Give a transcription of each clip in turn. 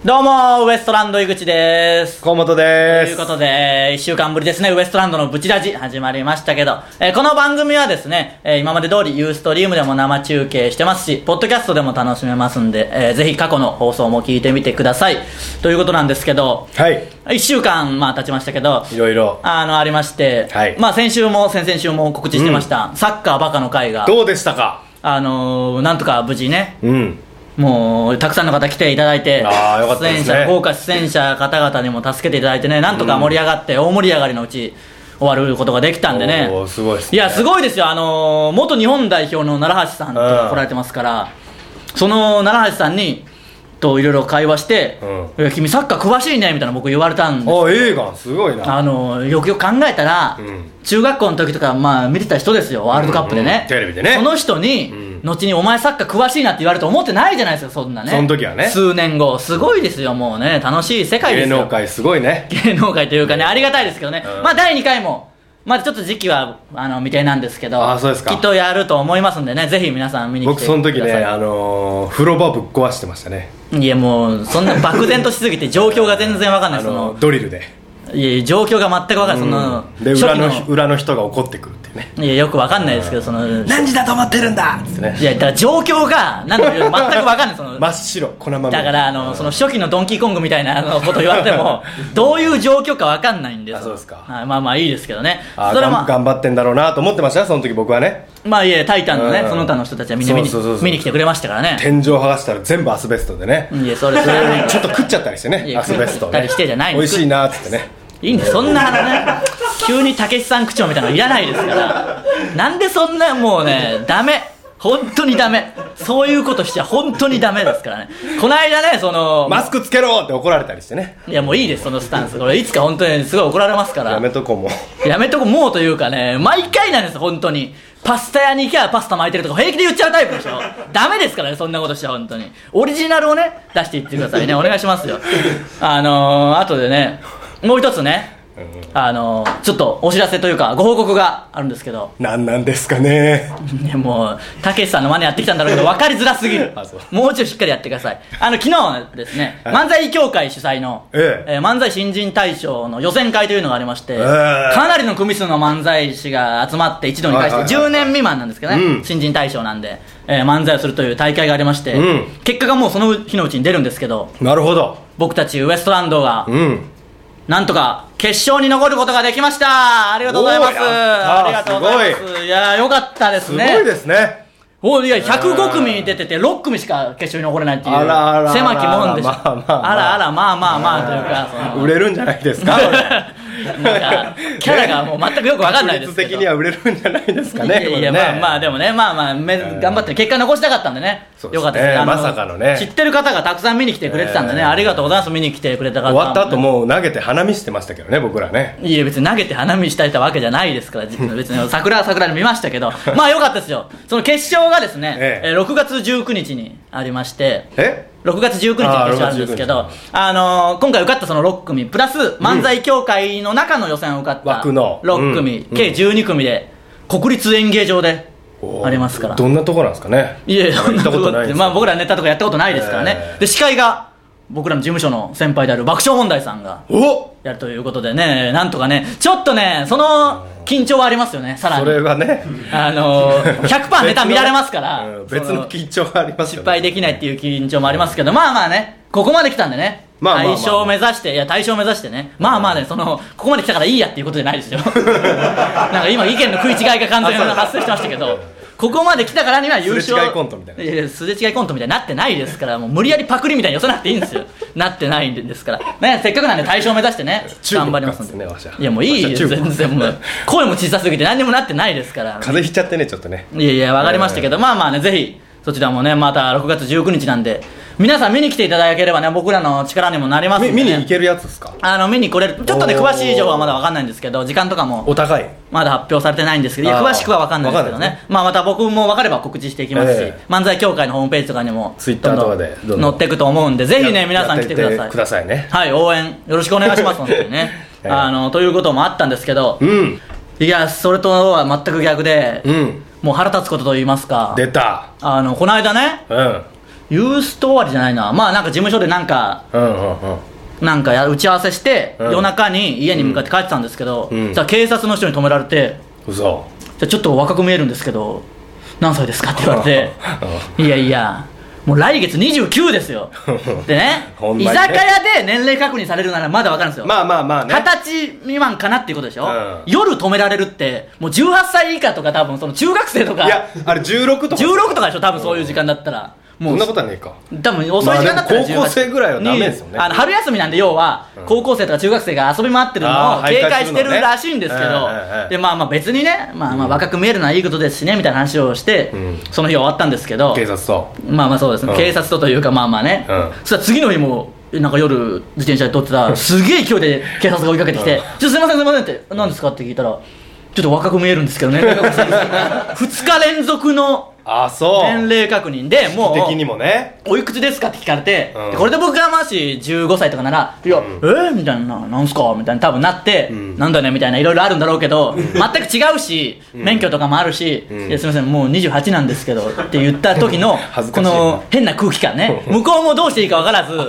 どうもウエストランド井口です。 河本です。 ということで1週間ぶりですね、ウエストランドのブチラジ始まりましたけど、この番組はですね、今まで通りユーストリームでも生中継してますし、ポッドキャストでも楽しめますんで、ぜひ過去の放送も聞いてみてくださいということなんですけど、 はい、 1週間経ちましたけど、 いろいろありまして、 はい、 先週も先々週も告知してました、サッカーバカの会がどうでしたか？ なんとか無事ね、もうたくさんの方来ていただいて、 よかったですね、 豪華出演者方々にも助けていただいてね、なんとか盛り上がって大盛り上がりのうち終わることができたんでね。 すごいですね。 いやすごいですよ。元日本代表の奈良橋さんと来られてますから、その奈良橋さんにといろいろ会話して、いや君サッカー詳しいねみたいな僕言われたんですよ。 映画すごいな。 よくよく考えたら、中学校の時とか見てた人ですよ、ワールドカップでね、 テレビでね。 その人に、後にお前サッカー詳しいなって言われると思ってないじゃないですか、そんなね。 その時はね。 数年後すごいですよ、もうね、楽しい世界ですよ。 芸能界すごいね。 芸能界というかね、ありがたいですけどね、第2回もまだちょっと時期は未定なんですけど、 そうですか。 きっとやると思いますんでね、ぜひ皆さん見に来てください。 僕その時ね、風呂場ぶっ壊してましたね。 いやもうそんな漠然としすぎて状況が全然わかんない。 ドリルで、 いや状況が全くわかんない。 で裏の人が怒ってくるってね。 いやよくわかんないですけど、 何時だと思ってるんだってね。 いやだから状況が全くわかんない。 真っ白粉まみれだからその初期のドンキーコングみたいなこと言われてもどういう状況かわかんないんです。 そうですか。 いいですけどね。 それも頑張ってんだろうなと思ってましたよ、その時僕はね。 いやタイタンのね、その他の人たちはみんな見に来てくれましたからね。 天井剥がしたら全部アスベストでね。 いやそれちょっと食っちゃったりしてね、アスベストね。 してじゃないんです。 美味しいなーっつってね。 いいんです、そんなね急にたけしさん口調みたいなのいらないですから。なんでそんな、もうねダメ、本当にダメ、そういうことしちゃ本当にダメですからね。この間ね、 マスクつけろって怒られたりしてね。 いやもういいです、そのスタンス。これいつか本当にすごい怒られますから。 やめとこう、もうやめとこうもうというかね、毎回なんです本当に。パスタ屋に行きゃパスタ巻いてるとか平気で言っちゃうタイプでしょ。ダメですからね、そんなことしちゃ本当に。オリジナルをね出していってくださいね、お願いしますよ。あとでね、もう一つね、ちょっとお知らせというかご報告があるんですけど。 何なんですかね。 もうたけしさんの真似やってきたんだろうけど分かりづらすぎる。もうちょいしっかりやってください。昨日ですね、漫才協会主催の、漫才新人大賞の予選会というのがありまして、かなりの組数の漫才師が集まって一堂に会して10年未満なんですけどね、新人大賞なんで、漫才をするという大会がありまして、結果がもうその日のうちに出るんですけど、 なるほど、 僕たちウエストランドが、なんとか決勝に残ることができました。ありがとうございます。ありがとうございます。いやよかったですね。 すごいですね。 いや105組出てて6組しか決勝に残れないっていう狭きもんでしょ。というか売れるんじゃないですか。 なんかキャラがもう全くよく分かんないですけど、 的には売れるんじゃないですかね。 いやでもね、頑張って結果残したかったんでね、よかったです。 まさかのね、 知ってる方がたくさん見に来てくれてたんでね、ありがとうございます。見に来てくれた方、 終わった後もう投げて花見してましたけどね、僕らね。 いや別に投げて花見したいわけじゃないですから、別に桜で見ましたけどよかったですよ。その決勝がですね、6月19日にありまして、6月19日に決勝あるんですけど、今回受かったその6組プラス漫才協会の中の予選を受かった6組、計12組で国立演芸場でありますから。 どんなとこなんですかね。 いやそんなとこないです。僕らネタとかやったことないですからね。で司会が僕らの事務所の先輩である爆笑問題さんがやるということでね、なんとかね、ちょっとねその緊張はありますよね。さらにそれはね、 100% ネタ見られますから別の緊張がありますよね。 失敗できないっていう緊張もありますけど、ね、ここまで来たんでね、大賞目指して、大賞目指してね、ね、ここまで来たからいいやっていうことじゃないですよ。なんか今意見の食い違いが完全に発生してましたけど、ここまで来たからには優勝、 すれ違いコントみたいな、 すれ違いコントみたいになってないですから、もう無理やりパクリみたいに寄せなくていいんですよ。なってないんですからね、せっかくなんで大賞目指してね頑張りますんで。いやもういいよ、全然もう声も小さすぎて何にもなってないですから。 風邪ひいちゃってね、ちょっとね。 いや分かりましたけど、ね、ぜひそちらもね、また6月19日なんで皆さん見に来ていただければね、僕らの力にもなりますんで、ね、 見に行けるやつですか。 見に来れる。ちょっとね詳しい情報はまだ分かんないんですけど、時間とかもお高いまだ発表されてないんですけど、詳しくは分かんないですけどね、また僕も分かれば告知していきますし、漫才協会のホームページとかにもツイッターとかで載っていくと思うんで、ぜひね皆さん来てくださいね。 はい、応援よろしくお願いします本当にね。ということもあったんですけど、いやそれとは全く逆で、もう腹立つことと言いますか、 出た。 この間ね、 ユースト終わりじゃないな、まあなんか事務所でなんか、なんか打ち合わせして、夜中に家に向かって帰ってたんですけど、じゃあ警察の人に止められて、じゃあちょっと若く見えるんですけど何歳ですかって言われていやいやもう来月29ですよでね居酒屋で年齢確認されるならまだ分かるんですよ。 まあまあまあね、 20歳未満かなっていうことでしょ、夜止められるってもう18歳以下とか多分その中学生とか、 いやあれ16とか 16とかでしょ多分そういう時間だったら。 そんなことはねえか。 多分遅い時間だったら高校生ぐらいはダメですよね。 春休みなんで要は高校生とか中学生が遊び回ってるのを警戒してるらしいんですけど、でまあまあ別にね、まあまあ若く見えるのはいいことですしねみたいな話をしてその日終わったんですけど、 警察とまあまあそうですね、警察とというかまあまあね、そしたら次の日もなんか夜自転車で撮ってたらすげえ勢いで警察が追いかけてきて「ちょっとすいませんすいません」って「何ですか?」って聞いたら「ちょっと若く見えるんですけどね2日連続の年齢確認でもう的にもねおいくつですかって聞かれて、これで僕がもし15歳とかならいや、みたいななんすかみたいな多分なって、なんだねみたいないろいろあるんだろうけど全く違うし、免許とかもあるし、いやすみませんもう28なんですけどって言った時のこの変な空気感ね向こうもどうしていいか分からず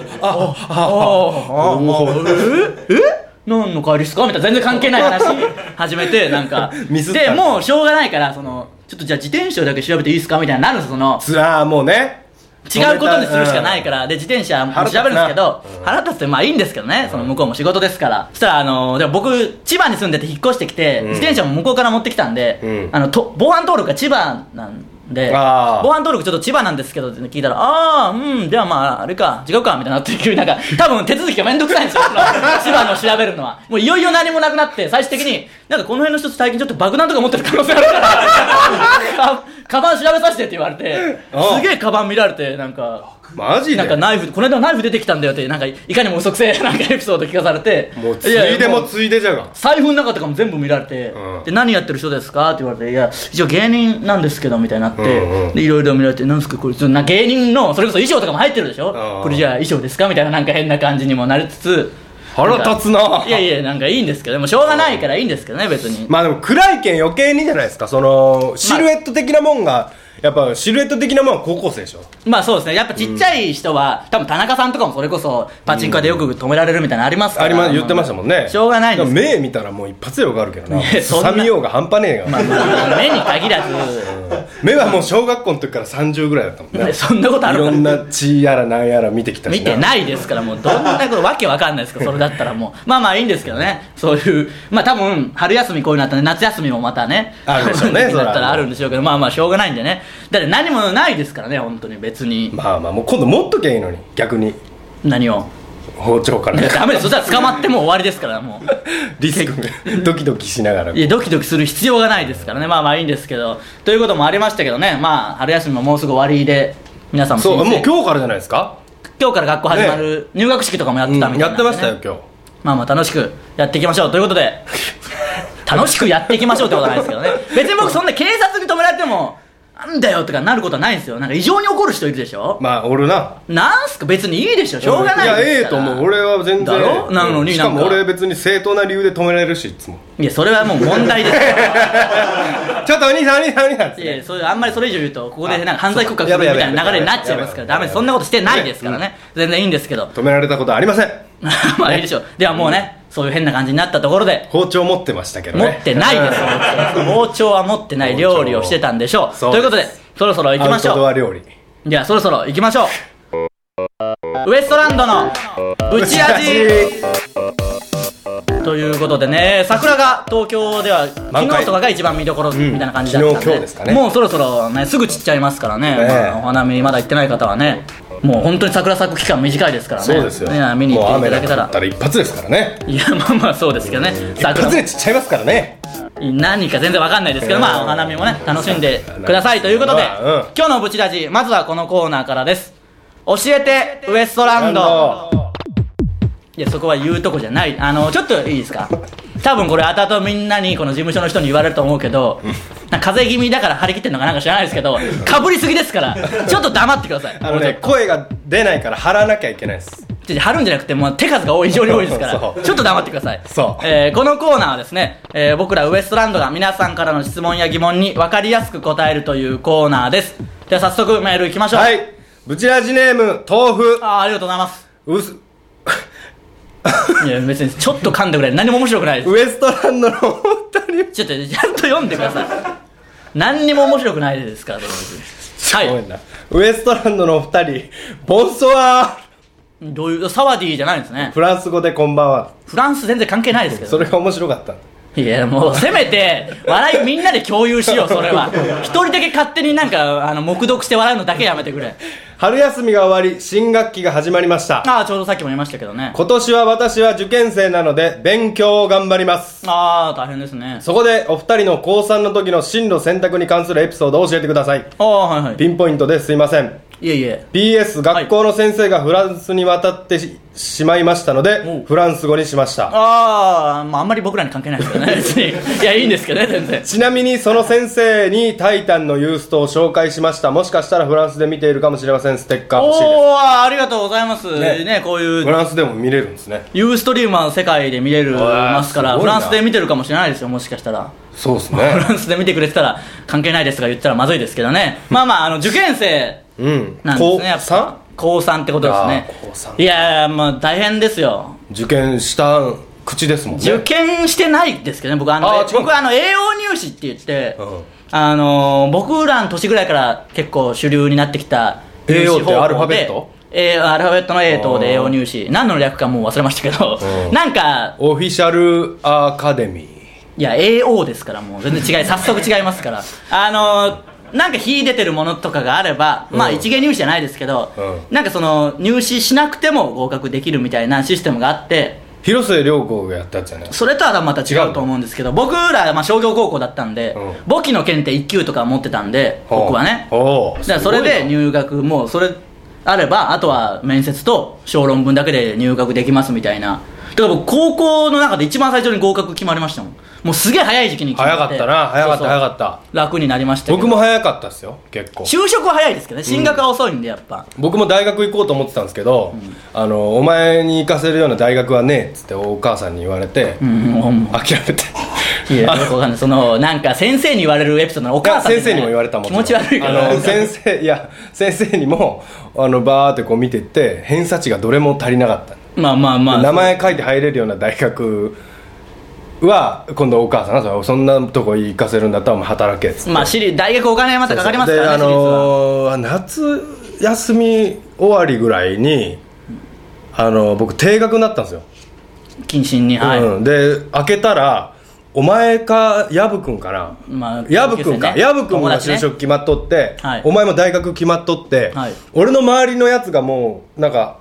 何の帰りですかみたいな全然関係ない話始めてなんかでもうしょうがないからちょっとじゃあ自転車だけ調べていいですかみたいになるんですよ。 もうね違うことにするしかないからで自転車調べるんですけど腹立つってまあいいんですけどね、その向こうも仕事ですから。そしたらでも僕千葉に住んでて引っ越してきて、自転車も向こうから持ってきたんで、防犯登録が千葉なんで防犯登録ちょっと千葉なんですけどって聞いたらではまああれか違うかみたいなっていうなんか多分手続きがめんどくさいんですよ千葉の調べるのは。もういよいよ何もなくなって最終的になんかこの辺の人最近ちょっと爆弾とか持ってる可能性あるからカバン調べさせてって言われてすげえカバン見られてなんかマジでなんかナイフこの間ナイフ出てきたんだよってなんかいかにも嘘くせえなんかエピソード聞かされてもうついでもついでじゃが財布の中とかも全部見られて、で何やってる人ですかって言われていや一応芸人なんですけどみたいになって、でいろいろ見られてなんですかこれ芸人のそれこそ衣装とかも入ってるでしょ、これじゃあ衣装ですかみたいななんか変な感じにもなりつつ腹立つな。 いやいやなんかいいんですけどでもしょうがないからいいんですけどね別に。 まあでも暗いけん余計にじゃないですかそのシルエット的なもんがやっぱシルエット的なもんは高校生でしょ。 まあそうですねやっぱちっちゃい人は、多分田中さんとかもそれこそパチンコでよく止められるみたいなのありますから、 言ってましたもんね。 しょうがないです。 目見たらもう一発でわかるけどなさみようが半端ねえが、 まあ、目に限らず、 目はもう小学校の時から30ぐらいだったもんねそんなことあるかいろんな血やらなんやら見てきたし見てないですからもうどんなことわけわかんないですからそれだったらもうまあまあいいんですけどね。そういうまあ多分春休みこういうのあったら夏休みもまたねあるでしょうねだったらあるんでしょうけどまあまあしょうがないんでね。だって何もないですからね本当に別に。 まあまあもう今度持っときゃいいのに逆に何を包丁からダメですそしたら捕まってもう終わりですからもうリスクドキドキしながらいやドキドキする必要がないですからね。まあまあいいんですけどということもありましたけどね。まあ春休みももうすぐ終わりで皆さんもそうもう今日からじゃないですか。 今日から学校始まる、入学式とかもやってたみたいな、 やってましたよ今日。 まあまあ楽しくやっていきましょうということで楽しくやっていきましょうってことはないですけどね別に僕そんな警察に止められてもなんだよとかなることはないんですよ。なんか異常に怒る人いるでしょ。 まあ俺なんすか別にいいでしょしょうがないですから。 いやと思う俺は全然だろなのにしかも俺別に正当な理由で止められるしいつもいやそれはもう問題ですちょっとお兄さんっていやそれあんまりそれ以上言うとここでなんか犯罪告発するみたいな流れになっちゃいますからダメです。そんなことしてないですからね全然いいんですけど止められたことはありませんまあいいでしょう。ではもうねそういう変な感じになったところで包丁持ってましたけどね。 持ってないです包丁は持ってない料理をしてたんでしょう。ということでそろそろ行きましょう。 アウトドア料理じゃあそろそろ行きましょう。ウエストランドのブチラジということでね桜が東京では昨日とかが一番見どころみたいな感じだったんで、 昨日今日ですかね。 もうそろそろねすぐ散っちゃいますからね、お花見まだ行ってない方はねもう本当に桜咲く期間短いですからね。 そうですよ。 見に行っていただけたらもう雨が降ったら一発ですからね。 いやまあまあそうですけどね一発で散っちゃいますからね。 何か全然わかんないですけど、まあお花見もね楽しんでくださいということで、今日のブチラジまずはこのコーナーからです。教えてウエストランド。いやそこは言うとこじゃない。ちょっといいですか。多分これ後々みんなにこの事務所の人に言われると思うけどなんか風邪気味だから張り切ってんのかなんか知らないですけどかぶりすぎですからちょっと黙ってください。 声が出ないから張らなきゃいけないです。 張るんじゃなくてもう手数が異常に多いですからちょっと黙ってください。 そう、 このコーナーはですね、僕らウエストランドが皆さんからの質問や疑問に分かりやすく答えるというコーナーです。では早速メールいきましょう。 はいブチラジネーム豆腐。 ありがとうございます。いや別にちょっと噛んだぐらい何も面白くないです。 ウエストランドのお二人、 ちょっとちゃんと読んでください。何にも面白くないですから。はい、 ウエストランドのお二人、ボンソワー。どういうサワディーじゃないんですね。 フランス語でこんばんは。 フランス全然関係ないですけど、 それが面白かった。 いやもうせめて笑いみんなで共有しよう。それは一人だけ勝手になんか黙読して笑うのだけやめてくれ。 春休みが終わり新学期が始まりました。 ちょうどさっきも言いましたけどね。 今年は私は受験生なので勉強を頑張ります。 大変ですね。 そこでお二人の高3の時の進路選択に関するエピソードを教えてください。 はいはい。 ピンポイントですいません。 いえいえ。 PS 学校の先生がフランスに渡ってしまいましたのでフランス語にしました。 あんまり僕らに関係ないですけどね。別にいやいいんですけどね全然。 ちなみにその先生にタイタンのユーストを紹介しました。もしかしたらフランスで見ているかもしれません。ステッカー欲しいです。 ありがとうございますね。こういうフランスでも見れるんですね。 ユーストリームは世界で見れますからフランスで見てるかもしれないですよ。もしかしたらそうですね。 フランスで見てくれてたら関係ないですとか言ったらまずいですけどね。受験生なんですね。やっぱ高3ってことですね。 高3。 いや大変ですよ。 受験した口ですもんね。 受験してないですけどね。僕栄養入試って言って、僕らの年ぐらいから結構主流になってきた栄養ってアルファベット？ アルファベットの A 等で栄養入試、何の略かもう忘れましたけど、なんかオフィシャルアカデミー、 いや AO ですから、もう全然違い、早速違いますからなんか秀でてるものとかがあれば、一芸入試じゃないですけど、なんかその入試しなくても合格できるみたいなシステムがあって、 広末涼子がやったやつじゃない。 それとはまた違うと思うんですけど、僕ら、商業高校だったんで、簿記の検定1級とか持ってたんで、僕はね。だからそれで入学、もうそれあれば、あとは面接と小論文だけで入学できますみたいな。だから僕高校の中で一番最初に合格決まりましたもん。もうすげえ早い時期に決まって。 早かったな。早かった楽になりましたけど。 僕も早かったですよ。結構就職は早いですけどね。進学は遅いんでやっぱ、 僕も大学行こうと思ってたんですけど、お前に行かせるような大学はねえっつってお母さんに言われて、諦めて。 いやよくわかんない。そのなんか先生に言われるエピソードのお母さん、 先生にも言われたもん。 気持ち悪いから先生にもバーってこう見てって偏差値がどれも足りなかった。名前書いて入れるような大学は今度お母さんがそんなとこ行かせるんだったら働けっつって、 大学お金またかかりますからね。 夏休み終わりぐらいに僕定額になったんですよ、 謹慎に。 で開けたらお前か薮君かな、薮君か、薮君が就職決まっとって、お前も大学決まっとって、俺の周りのやつがもうなんか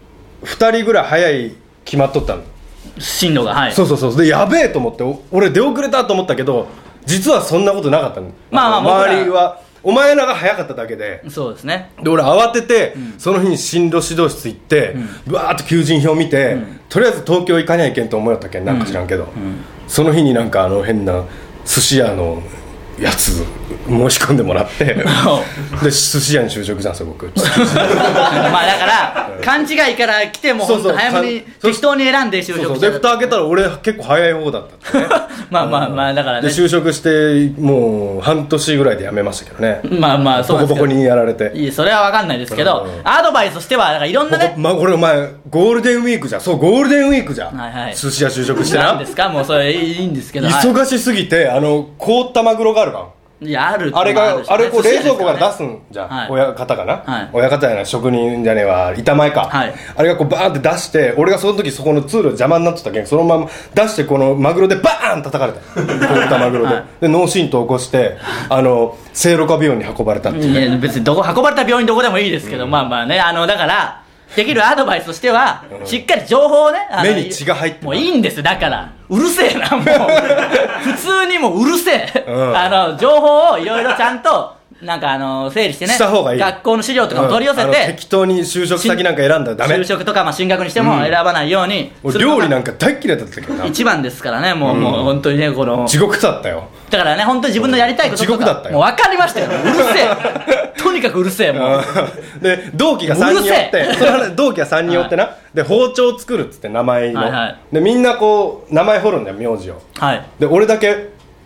2人ぐらい早い決まっとったの、 進路が。 そうでやべえと思って、俺出遅れたと思ったけど実はそんなことなかったの。周りはお前らが早かっただけで。 そうですね。 で俺慌てて、その日に進路指導室行って、バーッと求人票見て、とりあえず東京行かにゃいけんと思いよったけん、なんか知らんけど、その日になんか変な寿司屋のやつ申し込んでもらってで寿司屋に就職したんですよ僕だから勘違いから来ても本当早めに適当に選んで就職した。 で蓋開けたら俺結構早い方だったんですねだからね。 で就職してもう半年ぐらいで辞めましたけどね。 そうボコボコにやられて。 いやそれは分かんないですけど、アドバイスとしてはいろんなね。 これお前ゴールデンウィークじゃん。そうゴールデンウィークじゃん、寿司屋就職してな。 なんですか、もうそれいいんですけど、 忙しすぎて凍ったマグロがあるかん。 いやあれこう冷蔵庫から出すんじゃん、親方かな、親方じゃない職人じゃねえわ板前か、あれがこうバーンって出して、俺がその時そこの通路邪魔になってたけんそのまま出してこのマグロでバーン叩かれた凍ったマグロで、で脳震盪起こして聖路加病院に運ばれたっていう、ね、 いや別に運ばれた病院どこでもいいですけど、だからできるアドバイスとしては、しっかり情報をね、 目に血が入ってもういいんです。だからうるせえな、もう普通にもううるせえ、情報をいろいろちゃんとなんか整理してね、 した方がいい。 学校の資料とかも取り寄せて、 適当に就職先なんか選んだらダメ。 就職とか進学にしても選ばないようにするのが、 料理なんか大嫌いだったけどな、 一番ですからね。もう本当にね、 地獄だったよ。 だからね、本当に自分のやりたいこととか地獄だったよ。 もう分かりましたよ、うるせえとにかくうるせえ、もうで同期が3人おって同期が3人おってな、で包丁作るっつって名前の、でみんなこう名前彫るんだよ、名字を、で俺だけ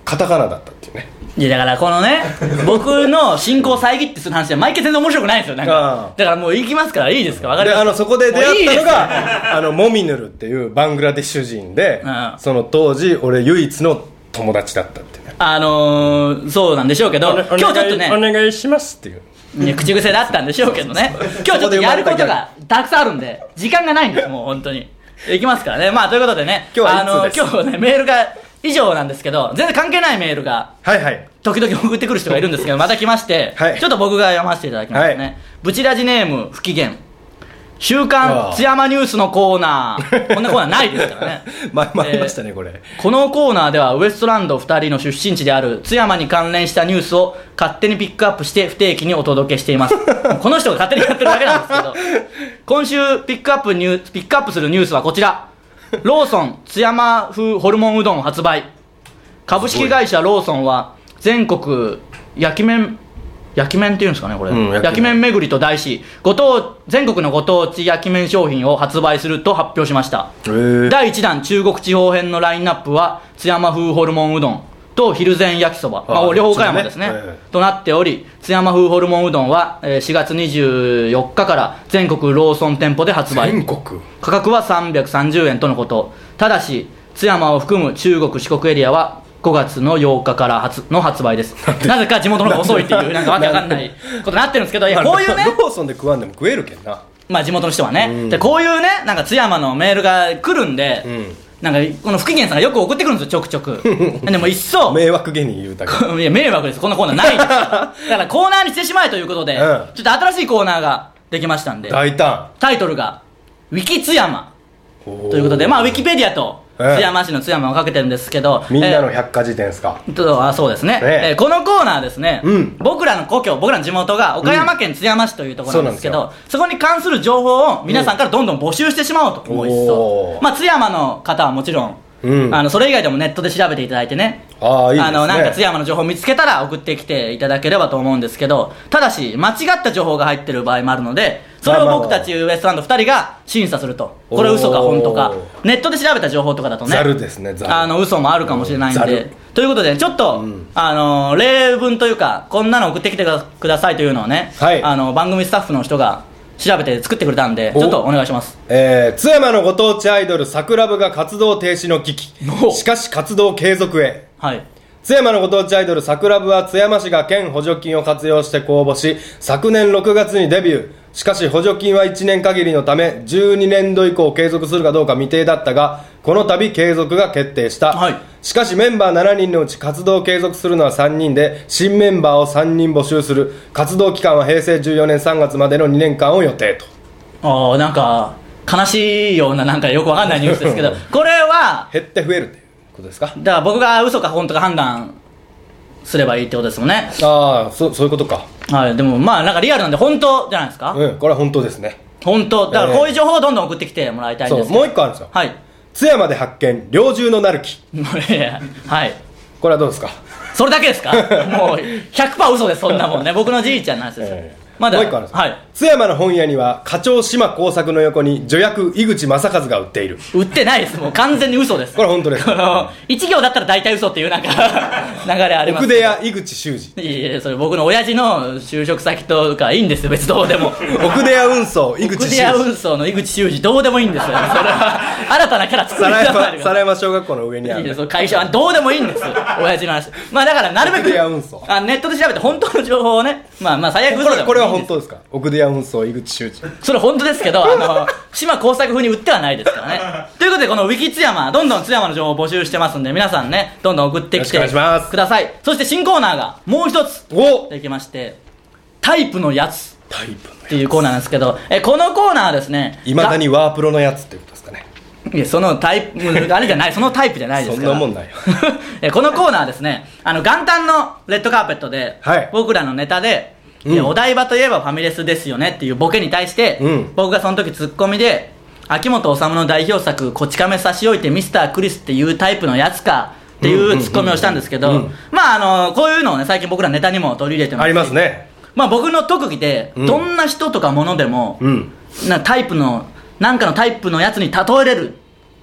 カタカナだったっていうね。 いやだからこのね僕の進行を遮ってする話は毎回全然面白くないんですよ。なんかだからもう行きますからいいですか。分かります。 でそこで出会ったのがモミヌルっていうバングラデシュ人で、その当時俺唯一の友達だったってね。 そうなんでしょうけど、今日ちょっとねお願いしますっていう口癖だったんでしょうけどね今日ちょっとやることがたくさんあるんで時間がないんです。もう本当にいきますからね。まあということでね、今日ねメールが以上なんですけど、全然関係ないメールが時々送ってくる人がいるんですけど、また来まして、ちょっと僕が読ませていただきますね。ブチラジネーム不機嫌、週刊津山ニュースのコーナーこんなコーナーないですからね前ありましたねこれ。 このコーナーではウエストランド2人の出身地である津山に関連したニュースを勝手にピックアップして不定期にお届けしていますこの人が勝手にやってるだけなんですけど、今週ピックアップするニュースはこちら。ローソン津山風ホルモンうどん発売。株式会社ローソンは全国焼き麺っていうんですかねこれ、焼き麺巡りと題し全国のご当地焼き麺商品を発売すると発表しました。第1弾中国地方編のラインナップは津山風ホルモンうどんと蒜山焼きそば、両方岡山ですね、となっており、津山風ホルモンうどんは4月24日から全国ローソン店舗で発売。価格は330円とのこと。ただし津山を含む中国四国エリアは5月の8日からの発売です。なぜか地元の方が遅いっていうなんかわけわかんないことになってるんですけど、いやこういうねローソンで食わんでも食えるけんな、 まあ地元の人はね、でこういうねなんか津山のメールが来るんで、なんかこの不機嫌さんがよく送ってくるんですよちょくちょくでも一層迷惑芸人言うたけどいや迷惑です。こんなコーナーないですからだからコーナーにしてしまえということで、ちょっと新しいコーナーができましたんで、 大胆タイトルがウィキ津山ということで、まあウィキペディアと津山市の津山をかけてるんですけど、 みんなの百科事典ですか。 そうですね、このコーナーですね、僕らの故郷、僕らの地元が岡山県津山市というところなんですけど、そこに関する情報を皆さんからどんどん募集してしまおうと思います。まあ津山の方はもちろんそれ以外でもネットで調べていただいてね、いいですね、なんか津山の情報を見つけたら送ってきていただければと思うんですけど、ただし間違った情報が入ってる場合もあるので、それを僕たちウエストランド2人が審査すると、これ嘘か本当か、ネットで調べた情報とかだとね、 ザルですね、ザル嘘もあるかもしれないんで、ということでちょっと、例文というかこんなの送ってきてくださいというのをね、番組スタッフの人が調べて作ってくれたんで、ちょっとお願いします。 津山のご当地アイドル桜部が活動停止の危機、しかし活動継続へ。津山のご当地アイドル桜部は津山市が県補助金を活用して公募し、昨年6月にデビュー。しかし補助金は1年限りのため12年度以降継続するかどうか未定だったが、この度継続が決定した、しかしメンバー7人のうち活動を継続するのは3人で、新メンバーを3人募集する。活動期間は平成14年3月までの2年間を予定と。 なんか悲しいような、なんかよくわかんないニュースですけどこれは減って増えるっていうことですか。 だから僕が嘘か本当か判断すればいいってことですもんね。 そういうことか。 でもまあなんかリアルなんで本当じゃないですか。 これは本当ですね。 本当だからこういう情報をどんどん送ってきてもらいたいんですけど、 もう一個あるんですよ。津山で発見猟銃のなる木これはどうですか。それだけですかもう 100% 嘘です。そんなもんね僕のじいちゃんの話ですよ。 もう一個あるんです。津山の本屋には課長島耕作の横に助役井口正和が売っている。 売ってないです。もう完全に嘘です。 これ本当です。 一行だったら大体嘘っていうなんか流れあります。 奥出屋井口修二。 いやそれ僕の親父の就職先とかいいんですよ別にどうでも。 奥出屋運送井口修二。奥出屋運送の井口修二どうでもいいんですよ。それは新たなキャラ作りたい。 皿山小学校の上にある。 いやその会社はどうでもいいんです親父の話。まあだからなるべくネットで調べて本当の情報をね、まあ最悪嘘でもいいんです。 これは本当ですか。奥出屋運送井口修二。 それ本当ですけど島耕作風に売ってはないですからねということでこのウィキ津山どんどん津山の情報を募集してますんで、皆さんねどんどん送ってきてください。そして新コーナーがもう一つできまして、タイプのやつっていうコーナーなんですけど、このコーナーはですね、 いまだにワープロのやつってことですかね。 いやそのタイプあれじゃないそのタイプじゃないですからそんなもんないよこのコーナーはですね、元旦のレッドカーペットで、僕らのネタでお台場といえばファミレスですよねっていうボケに対して、僕がその時ツッコミで秋元治の代表作こち亀差し置いてミスタークリスっていうタイプのやつかっていうツッコミをしたんですけど、まあこういうのをね最近僕らネタにも取り入れてます。 ありますね。 まあ僕の特技でどんな人とかものでもタイプのなんかのタイプのやつに例えれる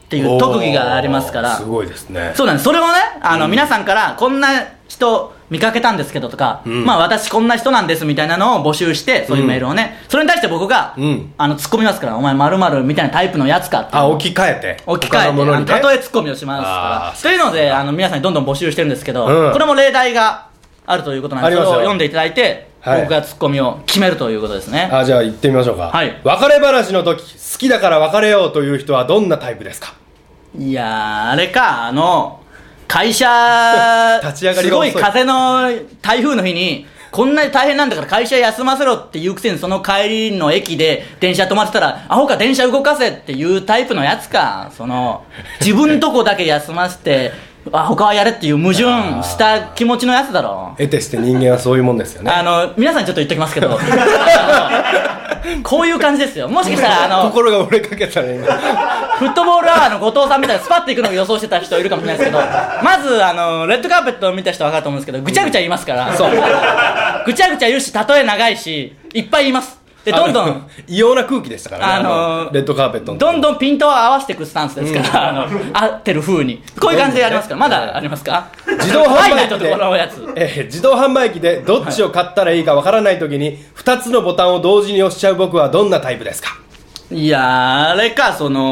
っていう特技がありますから。 すごいですね。 そうなんです。それをね、皆さんからこんな人見かけたんですけどとか、まあ私こんな人なんですみたいなのを募集して、そういうメールをね、それに対して僕が、突っ込みますから、お前〇〇みたいなタイプのやつかって。 置き換えて。 例え突っ込みをしますから。というので、皆さんにどんどん募集してるんですけど、これも例題があるということなんで、それを読んでいただいて、僕がツッコミを決めるということですね。 じゃあ行ってみましょうか。別れ話の時、好きだから別れようという人はどんなタイプですか？ いやー、あれか、会社、すごい風の台風の日に、こんなに大変なんだから会社休ませろっていうくせに、その帰りの駅で電車止まってたら、アホか電車動かせっていうタイプのやつか。自分とこだけ休ませて、他はやれっていう矛盾した気持ちのやつだろ。 得てして人間はそういうもんですよね。 皆さんにちょっと言っときますけどこういう感じですよ。もしかしたら心が折れかけたら今フットボールアワーの後藤さんみたいなスパッていくのを予想してた人いるかもしれないですけど、まずレッドカーペットを見た人は分かると思うんですけど、ぐちゃぐちゃ言いますから。そうぐちゃぐちゃ言うし、例え長いし、いっぱい言います。でどんどん異様な空気でしたからね、レッドカーペットのどんどんピントを合わせていくスタンスですから、合ってる風にこういう感じでやりますから。まだありますか？ 自動販売機でどっちを買ったらいいかわからない時に2つのボタンを同時に押しちゃう僕はどんなタイプですか？ いやあれか、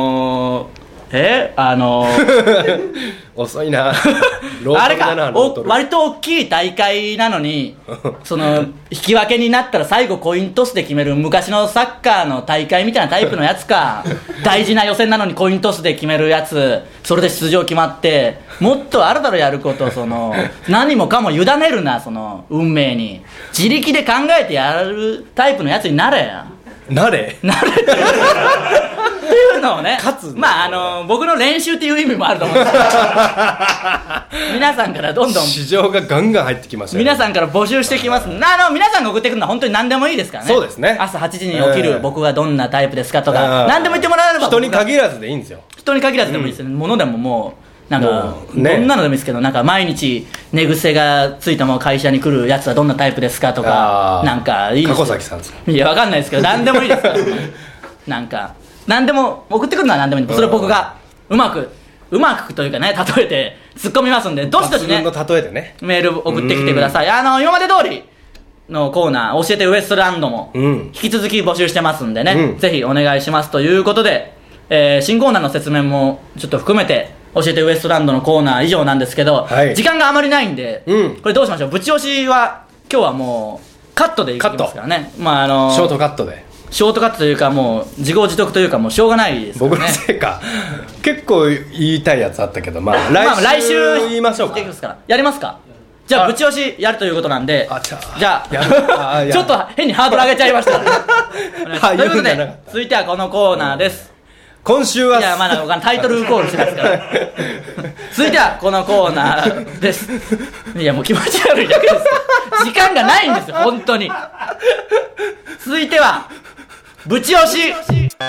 遅いなあれか、割と大きい大会なのに引き分けになったら最後コイントスで決める昔のサッカーの大会みたいなタイプのやつか大事な予選なのにコイントスで決めるやつ、それで出場決まって、もっとあるだろやること、何もかも委ねるな、運命に自力で考えてやるタイプのやつになれや。 なれっていうのをね、僕の練習っていう意味もあると思うんですけど皆さんからどんどん市場がガンガン入ってきましたね。 皆さんから募集してきます。皆さんが送ってくるのは本当に何でもいいですからね。 そうですね。 朝8時に起きる僕はどんなタイプですかとか、何でも言ってもらえれば。 人に限らずでいいんですよ。 人に限らずでもいいですよね。物でももうどんなのでもいいですけど、毎日寝癖がついたまま会社に来るやつはどんなタイプですかとか、いいですよ。 加古崎さんですか？ いや、わかんないですけど、何でもいいですから何でも送ってくるのは何でもいい。それ僕がうまくというかね、例えて突っ込みますんで、どしどしね、メール送ってきてください。今まで通りのコーナー、教えてウエストランドも引き続き募集してますんでね、ぜひお願いしますということで、新コーナーの説明もちょっと含めて、教えてウエストランドのコーナー以上なんですけど、時間があまりないんで、これどうしましょう。ぶち押しは今日はもうカットでいきますからね。 ショートカットで、 ショートカットというか、もう自業自得というか、もうしょうがないですからね。 僕のせいか。結構言いたいやつあったけど、来週言いましょうか。 やりますか？じゃあぶち押しやるということなんで、じゃあちょっと変にハードル上げちゃいましたということで、続いてはこのコーナーです。 今週は、 いや、まだタイトルコールしますから続いてはこのコーナーです。いや、もう気持ち悪いだけです。時間がないんですよ、本当に。続いてはぶち押し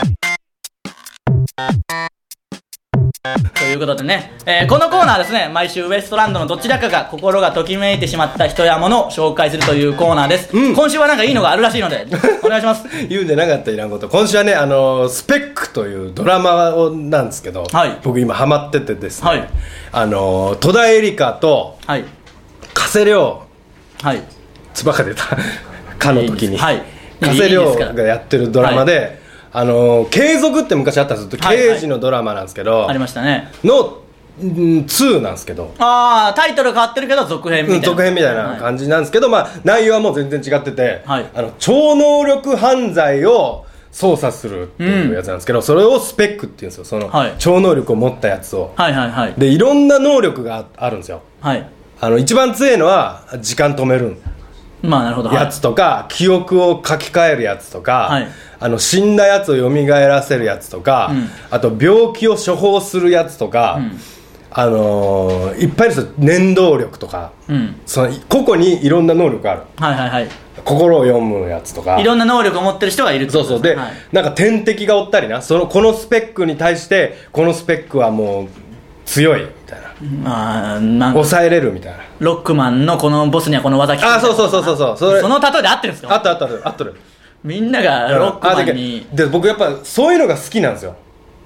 ということでね、このコーナーですね、毎週ウエストランドのどちらかが心がときめいてしまった人や物を紹介するというコーナーです。今週はなんかいいのがあるらしいのでお願いします言うんでなかったいらんこと。今週はね、スペックというドラマなんですけど、僕今ハマっててですね、戸田恵梨香と加瀬亮、つばが出たかの時に加瀬亮がやってるドラマで、継続って昔あったんですよ。刑事のドラマなんですけど、 ありましたね。 の2なんですけど、 タイトル変わってるけど続編みたいな感じなんですけど、内容はもう全然違ってて、超能力犯罪を操作するっていうやつなんですけど、それをスペックっていうんですよ。超能力を持ったやつを、でいろんな能力があるんですよ。一番強いのは時間止めるなるほど、 やつとか、記憶を書き換えるやつとか、死んだやつを蘇らせるやつとか、あと病気を処方するやつとか、いっぱいですよ。念動力とか、個々にいろんな能力がある。心を読むやつとか、 いろんな能力を持ってる人がいるってことです。 で、なんか天敵がおったりな、このスペックに対してこのスペックはもう強いみたいな、抑えれるみたいな。 ロックマンのこのボスにはこの技効く。その例えで合ってるんですか？ 合ってる。 みんながロックマンに、 で僕やっぱそういうのが好きなんですよ。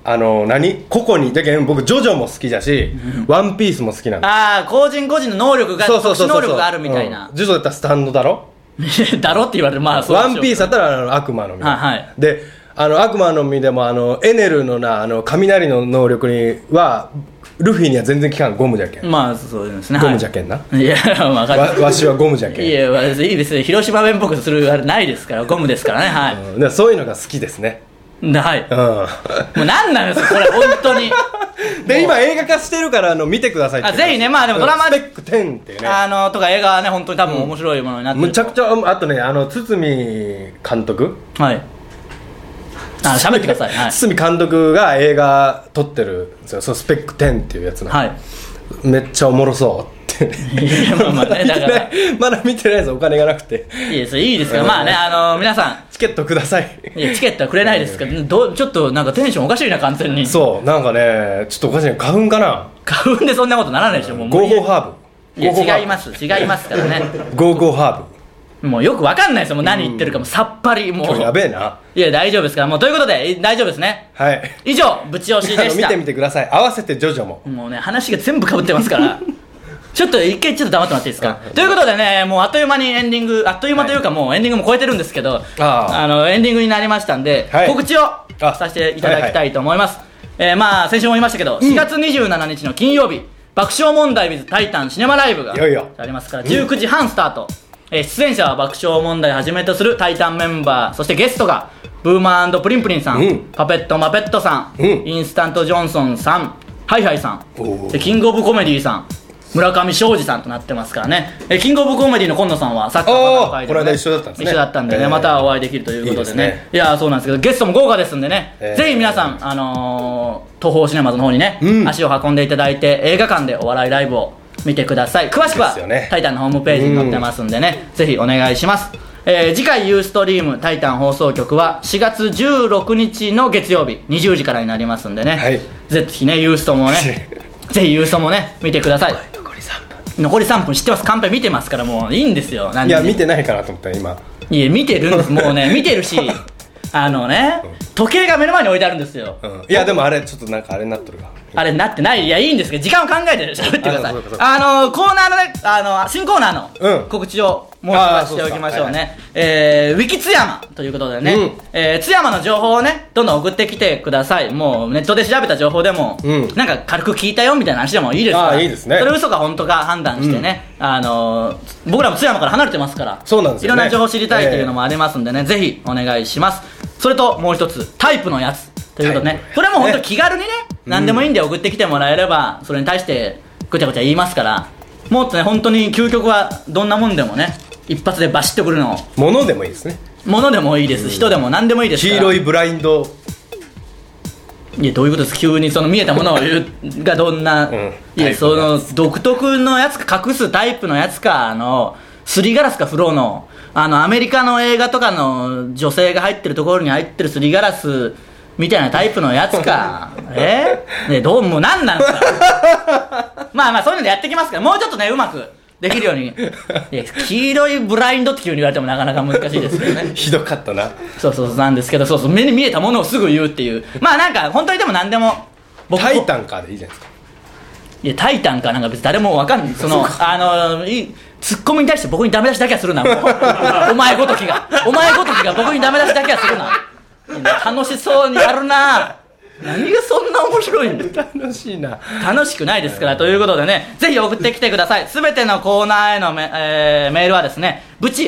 個々にだけど僕ジョジョも好きだし、ワンピースも好きなんだ。個人個人の能力が特殊能力があるみたいな。 ジョジョだったらスタンドだろだろって言われる。まあそうワンピースだったら悪魔の実、 はい、 で悪魔の実でもエネルの雷の能力にはルフィには全然効かん。ゴムじゃけん。 まあそうですね。 ゴムじゃけんな。 いや分かる。 わしはゴムじゃけん。 いやいいですね。広島弁っぽくするあれないですから、ゴムですからね。はい、 そういうのが好きですね。 はい、もう何なんですかこれ本当に。 で今映画化してるから見てくださいって。 ぜひね。まあでもドラマスペック10っていうねとか映画はね本当に多分面白いものになってる、 むちゃくちゃ。あとね堤監督、 はい喋ってください、はい、 堤監督が映画撮ってるんですよ。そのスペック10っていうやつな、 はい、 めっちゃおもろそうって。いやまだ見てないです。お金がなくて。 いいですよ。まあね皆さんチケットください。 いやチケットはくれないですけど、ちょっとなんかテンションおかしいな完全に。 そうなんかねちょっとおかしいな。花粉かな。 花粉でそんなことならないでしょ。もうゴーゴーハーブ。 いや違いますからね。 ゴーゴーハーブ。 もうよくわかんないですよ。もう何言ってるかもさっぱり。もうやべえな。 いや大丈夫ですから。もうということで大丈夫ですね。 はい、 以上ぶち押しでした。 見てみてください。合わせてジョジョも。 もうね話が全部かぶってますからちょっと一回ちょっと黙ってもらっていいですか。ということでね、もうあっという間にエンディング、あっという間というかもうエンディングも超えてるんですけど、エンディングになりましたんで、告知をさせていただきたいと思います。まあ先週も言いましたけど、4月27日の金曜日、爆笑問題 with タイタンシネマライブがありますから、19時半スタート。出演者は爆笑問題をはじめとするタイタンメンバー、そしてゲストがブーマー&プリンプリンさん、パペットマペットさん、インスタントジョンソンさん、ハイハイさん、でキングオブコメディさん、村上庄司さんとなってますからね。キングオブコメディの今野さんはサッカーの会で、 この間一緒だったんですね。 一緒だったんでね、またお会いできるということでね。いやそうなんですけど、ゲストも豪華ですんでね、ぜひ皆さん東宝シネマズの方にね、足を運んでいただいて映画館でお笑いライブを見てください。詳しくはタイタンのホームページに載ってますんでね、ぜひお願いします。次回ユーストリームタイタン放送局は4月16日の月曜日20時からになりますんでね、ぜひねユーストもねぜひユーストもね見てください。残り3分知ってます。カンペ見てますから。もういいんですよ。 いや見てないかなと思った今。 いや見てるんです。もうね見てるし時計が目の前に置いてあるんですよ、 いやでもあれちょっとなんかあれになっとるわ。 あれなってない。いやいいんですけど時間を考えて喋ってください。コーナーのね新コーナーの告知をもう一度しておきましょうね。ウィキ津山ということでね、津山の情報をねどんどん送ってきてください。もうネットで調べた情報でも、なんか軽く聞いたよみたいな話でもいいですから。 いいですね。 それ嘘か本当か判断してね、僕らも津山から離れてますから、 そうなんですよね。 いろんな情報を知りたいというのもありますんでね、ぜひお願いします。それともう一つタイプのやつということでね、これも本当気軽にね何でもいいんで送ってきてもらえれば、それに対してごちゃごちゃ言いますから、もっとね本当に究極はどんなもんでもね一発でバシッとくるのを。 物でもいいですね。 物でもいいです、人でも何でもいいですから。 黄色いブラインド。 いやどういうことです。急にその見えたものを言うがどんな、いやその独特のやつか隠すタイプのやつかすりガラスかフローのアメリカの映画とかの女性が入ってるところに入ってるすりガラスみたいなタイプのやつかね、どうもう何なんですかまあそういうのでやってきますから、もうちょっとねうまくできるように。いや黄色いブラインドって急に言われてもなかなか難しいですけどねひどかったな。 そうなんですけど、目に見えたものをすぐ言うっていう。まあなんか本当にでも何でもタイタンかでいいじゃないですか。 いやタイタンかなんか別に誰も分かんない。ツッコミに対して僕にダメ出しだけはするなもうお前ごときが僕にダメ出しだけはするな。楽しそうにやるな。何がそんな面白いんだ。 楽しいな。 楽しくないですから。ということでね、ぜひ送ってきてください。すべてのコーナーへのメールはですね、ブチ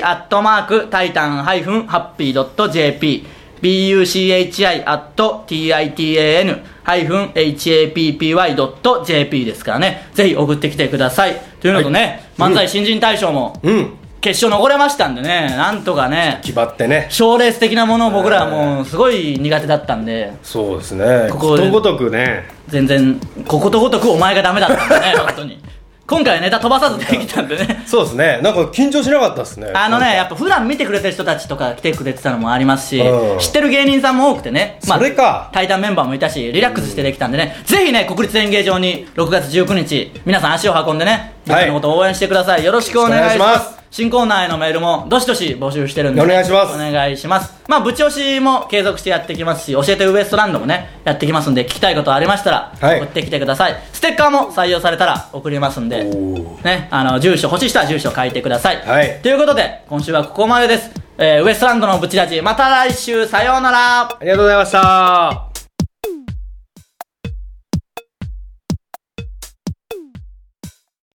@titan-happy.jp buchi@titan-happy.jp ですからね、ぜひ送ってきてください。というのとね、漫才新人大賞も、決勝残れましたんでね、なんとかね決まってね、 賞レース的なものを僕らはもうすごい苦手だったんで、 そうですね、ことごとくね、 全然ことごとくお前がダメだったんでね本当に今回はネタ飛ばさずできたんでねそうですね、なんか緊張しなかったですね。 やっぱ普段見てくれてる人たちとか来てくれてたのもありますし、知ってる芸人さんも多くてね、 それかタイタンメンバーもいたし、リラックスしてできたんでね、ぜひね国立演芸場に6月19日皆さん足を運んでね、僕のことを応援してください。よろしくお願いします。 新コーナーへのメールもどしどし募集してるんで、 お願いします。 お願いします。まあぶち押しも継続してやってきますし、教えてウエストランドもねやってきますんで、聞きたいことありましたら送ってきてください。ステッカーも採用されたら送りますんでね、住所欲しい人は住所書いてください。ということで今週はここまでです。ウエストランドのブチラジ、また来週、さようなら。 ありがとうございました。